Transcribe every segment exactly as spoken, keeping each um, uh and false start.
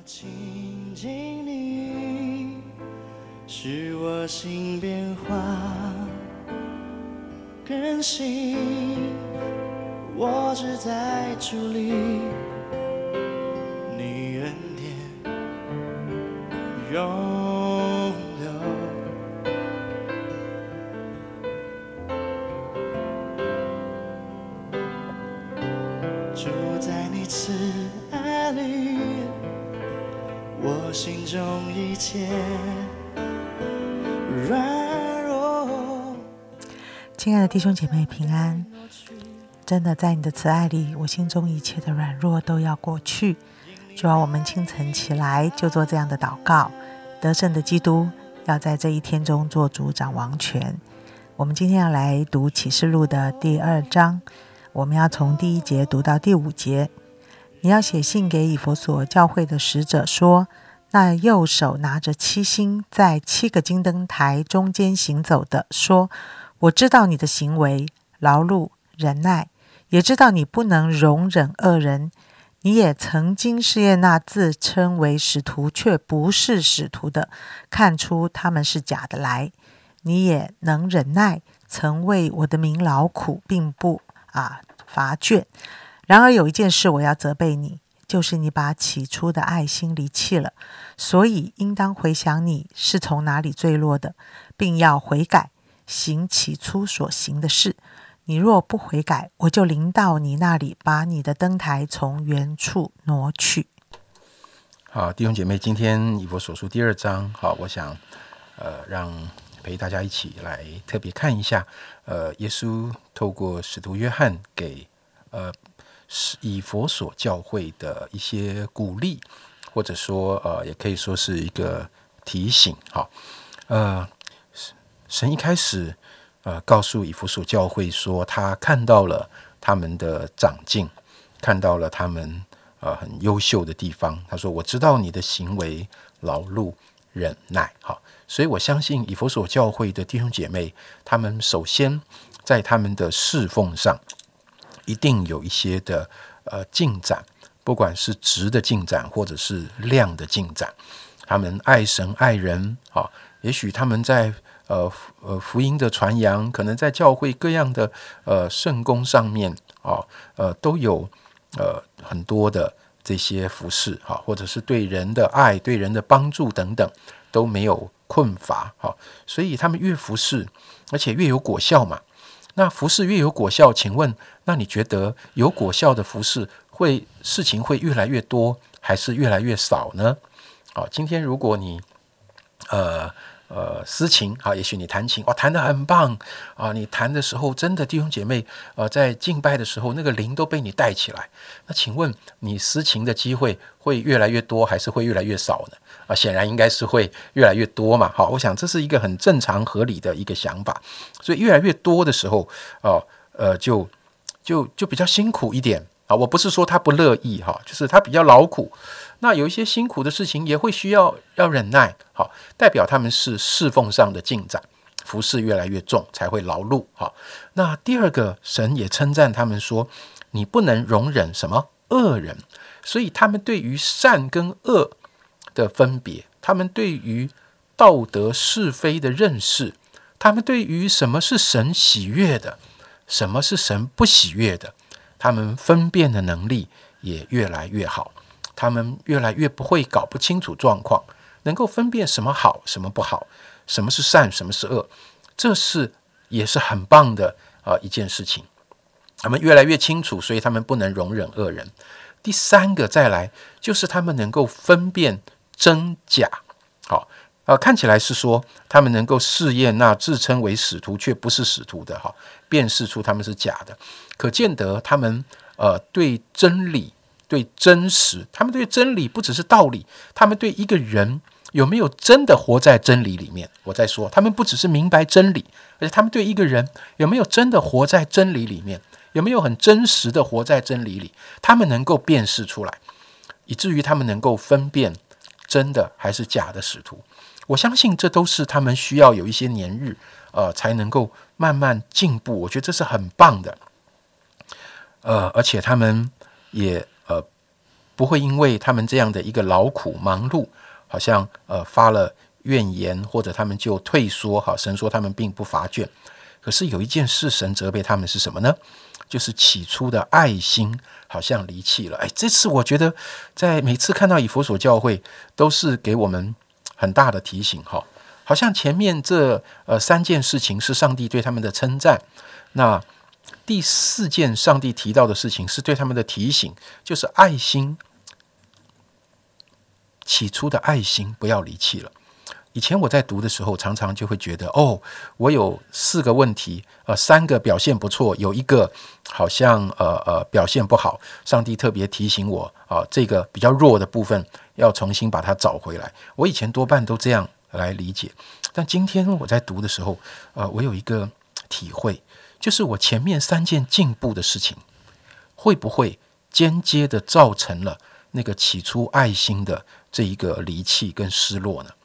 亲近你，使我心变化更新，我只在主里，你恩典永留。住在你慈爱里，我心中一切软弱。 亲爱的弟兄姐妹平安，真的在你的慈爱里，我心中一切的软弱都要过去。就要我们清晨起来就做这样的祷告，得胜的基督要在这一天中做主掌王权。我们今天要来读启示录的第二章，我们要从第一节读到第五节。你要写信给以弗所教会的使者说，那右手拿着七星在七个金灯台中间行走的说，我知道你的行为，劳碌忍耐，也知道你不能容忍恶人，你也曾经试验那自称为使徒却不是使徒的，看出他们是假的来。你也能忍耐，曾为我的名劳苦，并不啊乏倦。然而有一件事我要责备你，就是你把起初的爱心离弃了，所以应当回想你是从哪里坠落的，并要悔改，行起初所行的事。你若不悔改，我就临到你那里，把你的灯台从原处挪去。 好，弟兄姐妹，今天以弗所书第二章，好，我想呃让陪大家一起来特别看一下，呃，耶稣透过使徒约翰给呃以弗所教会的一些鼓励，或者说呃也可以说是一个提醒。好，呃，神一开始呃告诉以弗所教会说，他看到了他们的长进，看到了他们呃很优秀的地方。他说：“我知道你的行为，劳碌忍耐。”好，所以我相信以弗所教会的弟兄姐妹，他们首先在他们的侍奉上一定有一些的呃进展，不管是质的进展或者是量的进展。他们爱神爱人，好，也许他们在呃呃福音的传扬，可能在教会各样的呃圣工上面，哦呃都有呃很多的这些服事，好，或者是对人的爱、对人的帮助等等都没有困乏，好，所以他们越服事，而且越有果效嘛。那服事越有果效，请问，那你觉得有果效的服事会事情会越来越多，还是越来越少呢？好，今天如果你呃呃司琴，好，也许你弹琴，哇，弹得很棒啊！你弹的时候，真的弟兄姐妹，呃，在敬拜的时候，那个灵都被你带起来。那请问，你司琴的机会会越来越多，还是会越来越少呢？啊，显然应该是会越来越多嘛。好，我想这是一个很正常合理的一个想法。所以越来越多的时候，哦，呃，就就就比较辛苦一点啊。我不是说他不乐意哈，就是他比较劳苦。那有一些辛苦的事情也会需要要忍耐，好，代表他们是侍奉上的进展，服事越来越重才会劳碌。好，那第二个，神也称赞他们说，你不能容忍什么恶人，所以他们对于善跟恶的分别，他们对于道德是非的认识，他们对于什么是神喜悦的，什么是神不喜悦的，他们分辨的能力也越来越好。他们越来越不会搞不清楚状况，能够分辨什么好什么不好，什么是善什么是恶，这是也是很棒的、呃、一件事情。他们越来越清楚，所以他们不能容忍恶人。第三个再来就是他们能够分辨真假。好，呃，看起来是说他们能够试验那自称为使徒却不是使徒的，好，辨识出他们是假的，可见得他们呃对真理、对真实，他们对真理不只是道理，他们对一个人有没有真的活在真理里面。我在说，他们不只是明白真理，而且他们对一个人有没有真的活在真理里面，有没有很真实的活在真理里，他们能够辨识出来，以至于他们能够分辨真的还是假的使徒。我相信这都是他们需要有一些年日，呃，才能够慢慢进步。我觉得这是很棒的，呃，而且他们也呃不会因为他们这样的一个劳苦忙碌，好像呃发了怨言，或者他们就退缩。好，神说他们并不乏倦。可是有一件事神责备他们是什么呢？就是起初的爱心好像离弃了。哎，这次我觉得在每次看到以弗所教会都是给我们很大的提醒。好像前面这呃三件事情是上帝对他们的称赞，那第四件上帝提到的事情是对他们的提醒，就是爱心，起初的爱心不要离弃了。以前我在读的时候，常常就会觉得，哦，我有四个问题，呃，三个表现不错，有一个好像呃呃表现不好，上帝特别提醒我啊、呃，这个比较弱的部分要重新把它找回来。我以前多半都这样来理解，但今天我在读的时候，呃，我有一个体会，就是我前面三件进步的事情，会不会间接的造成了那个起初爱心的这一个离弃跟失落呢？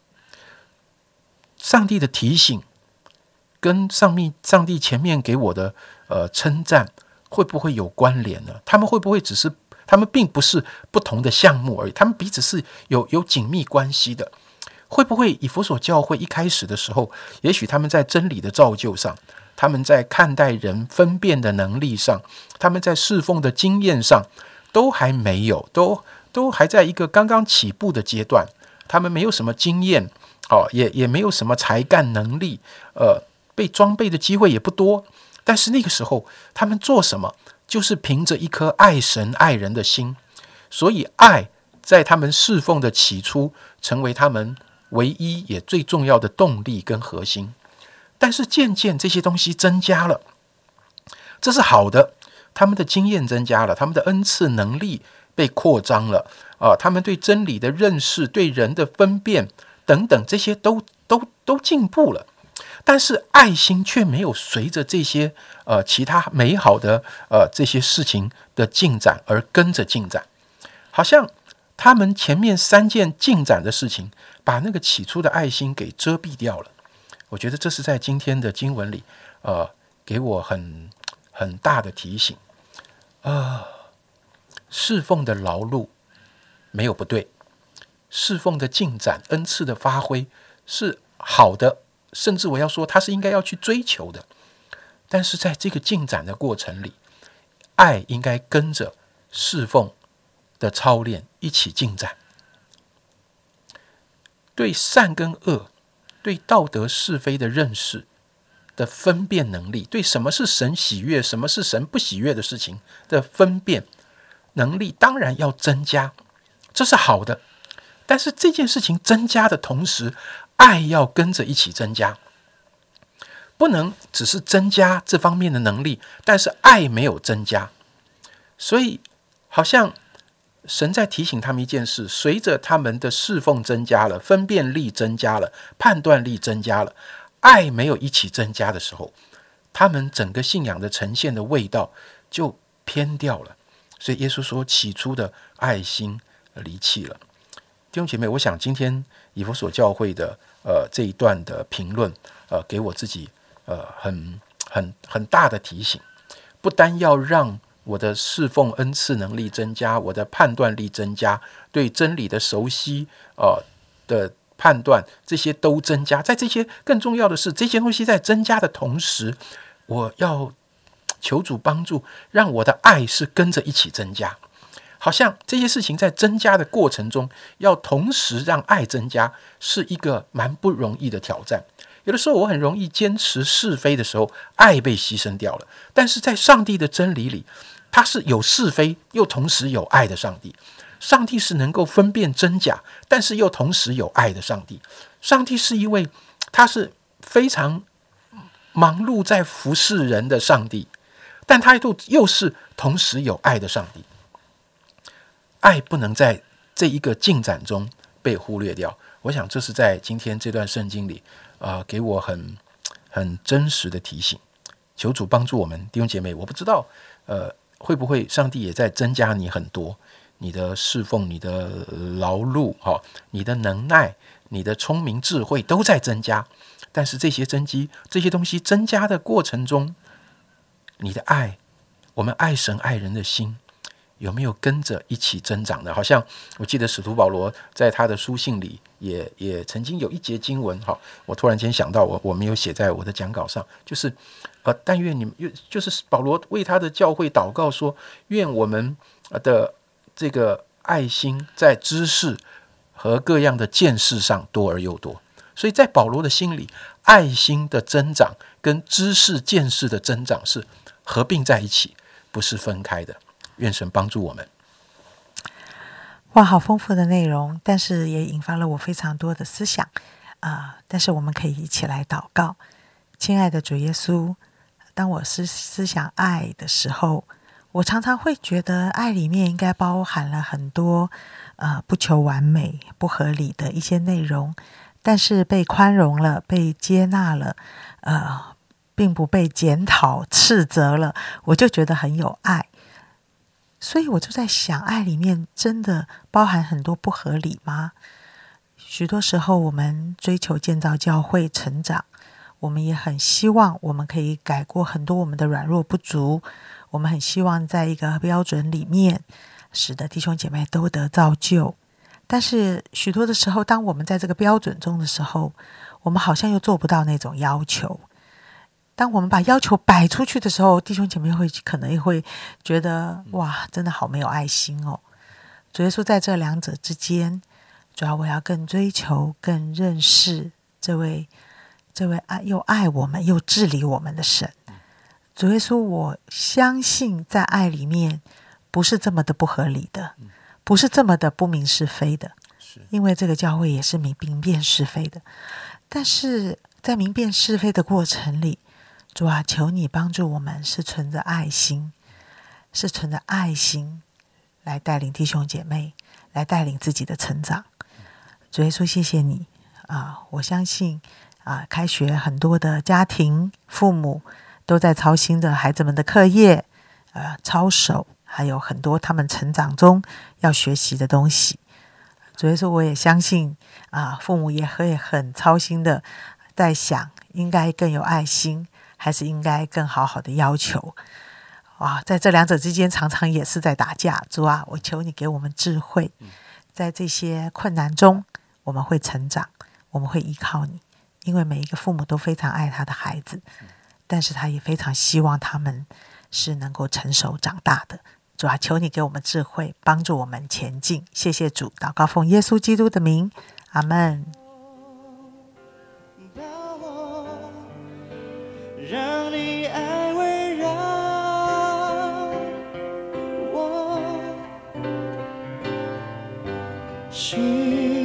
上帝的提醒跟上面上帝前面给我的呃称赞会不会有关联呢？他们会不会只是他们并不是不同的项目而已，他们彼此是有有紧密关系的？会不会以弗所教会一开始的时候，也许他们在真理的造就上，他们在看待人分辨的能力上，他们在侍奉的经验上都还没有，都都还在一个刚刚起步的阶段，他们没有什么经验。哦、也, 也没有什么才干能力，呃，被装备的机会也不多。但是那个时候，他们做什么，就是凭着一颗爱神爱人的心，所以爱在他们侍奉的起初，成为他们唯一也最重要的动力跟核心。但是渐渐这些东西增加了，这是好的，他们的经验增加了，他们的恩赐能力被扩张了，啊、呃，他们对真理的认识，对人的分辨等等，这些都都都进步了，但是爱心却没有随着这些呃其他美好的呃这些事情的进展而跟着进展，好像他们前面三件进展的事情，把那个起初的爱心给遮蔽掉了。我觉得这是在今天的经文里，呃，给我很很大的提醒。呃，侍奉的劳碌没有不对。侍奉的进展，恩赐的发挥是好的，甚至我要说它是应该要去追求的。但是在这个进展的过程里，爱应该跟着侍奉的操练一起进展。对善跟恶，对道德是非的认识的分辨能力，对什么是神喜悦，什么是神不喜悦的事情的分辨能力，当然要增加，这是好的。但是这件事情增加的同时，爱要跟着一起增加，不能只是增加这方面的能力，但是爱没有增加。所以好像神在提醒他们一件事，随着他们的侍奉增加了，分辨力增加了，判断力增加了，爱没有一起增加的时候，他们整个信仰的呈现的味道就偏掉了。所以耶稣说起初的爱心离弃了。弟兄姐妹，我想今天以弗所教会的呃这一段的评论，呃，给我自己呃很很很大的提醒，不单要让我的侍奉恩赐能力增加，我的判断力增加，对真理的熟悉呃的判断，这些都增加。在这些更重要的是，这些东西在增加的同时，我要求主帮助，让我的爱是跟着一起增加。好像这些事情在增加的过程中，要同时让爱增加，是一个蛮不容易的挑战。有的时候我很容易坚持是非的时候，爱被牺牲掉了。但是在上帝的真理里，他是有是非又同时有爱的上帝。上帝是能够分辨真假，但是又同时有爱的上帝。上帝是一位他是非常忙碌在服侍人的上帝，但他又是同时有爱的上帝。爱不能在这一个进展中被忽略掉。我想这是在今天这段圣经里，呃，给我很很真实的提醒。求主帮助我们弟兄姐妹，我不知道，呃，会不会上帝也在增加你很多，你的侍奉、你的劳碌、哦、你的能耐、你的聪明智慧都在增加。但是这些增基、这些东西增加的过程中，你的爱，我们爱神爱人的心， 有没有跟着一起增长的？好像我记得使徒保罗在他的书信里也也曾经有一节经文，好，我突然间想到我我没有写在我的讲稿上，就是呃，但愿你们就是保罗为他的教会祷告说，愿我们的这个爱心在知识和各样的见识上多而又多。所以在保罗的心里，爱心的增长跟知识见识的增长是合并在一起，不是分开的。愿神帮助我们。 哇，好丰富的内容，但是也引发了我非常多的思想啊、呃！但是我们可以一起来祷告。亲爱的主耶稣，当我思思想爱的时候，我常常会觉得爱里面应该包含了很多呃不求完美、不合理的一些内容，但是被宽容了，被接纳了，呃，并不被检讨、斥责了，我就觉得很有爱。所以我就在想，爱里面真的包含很多不合理吗？许多时候我们追求建造教会成长，我们也很希望我们可以改过很多我们的软弱不足，我们很希望在一个标准里面使得弟兄姐妹都得造就。但是许多的时候，当我们在这个标准中的时候，我们好像又做不到那种要求。当我们把要求摆出去的时候，弟兄姐妹会可能也会觉得，哇，真的好没有爱心哦。主耶稣在这两者之间，主要我要更追求、更认识这位这位爱又爱我们又治理我们的神。主耶稣，我相信在爱里面不是这么的不合理的，不是这么的不明是非的，因为这个教会也是明明辨是非的。但是在明辨是非的过程里，主啊，求你帮助我们是存着爱心，是存着爱心来带领弟兄姐妹，来带领自己的成长。主耶稣，谢谢你啊！我相信啊，开学很多的家庭父母都在操心着孩子们的课业、呃操守，还有很多他们成长中要学习的东西。主耶稣，我也相信啊，父母也会很操心的在想，应该更有爱心，还是应该更好好的要求啊？在这两者之间，常常也是在打架。主啊，我求你给我们智慧，在这些困难中，我们会成长，我们会依靠你，因为每一个父母都非常爱他的孩子，但是他也非常希望他们是能够成熟长大的。主啊，求你给我们智慧，帮助我们前进。谢谢主，祷告奉耶稣基督的名，阿们。 让你爱围绕我，是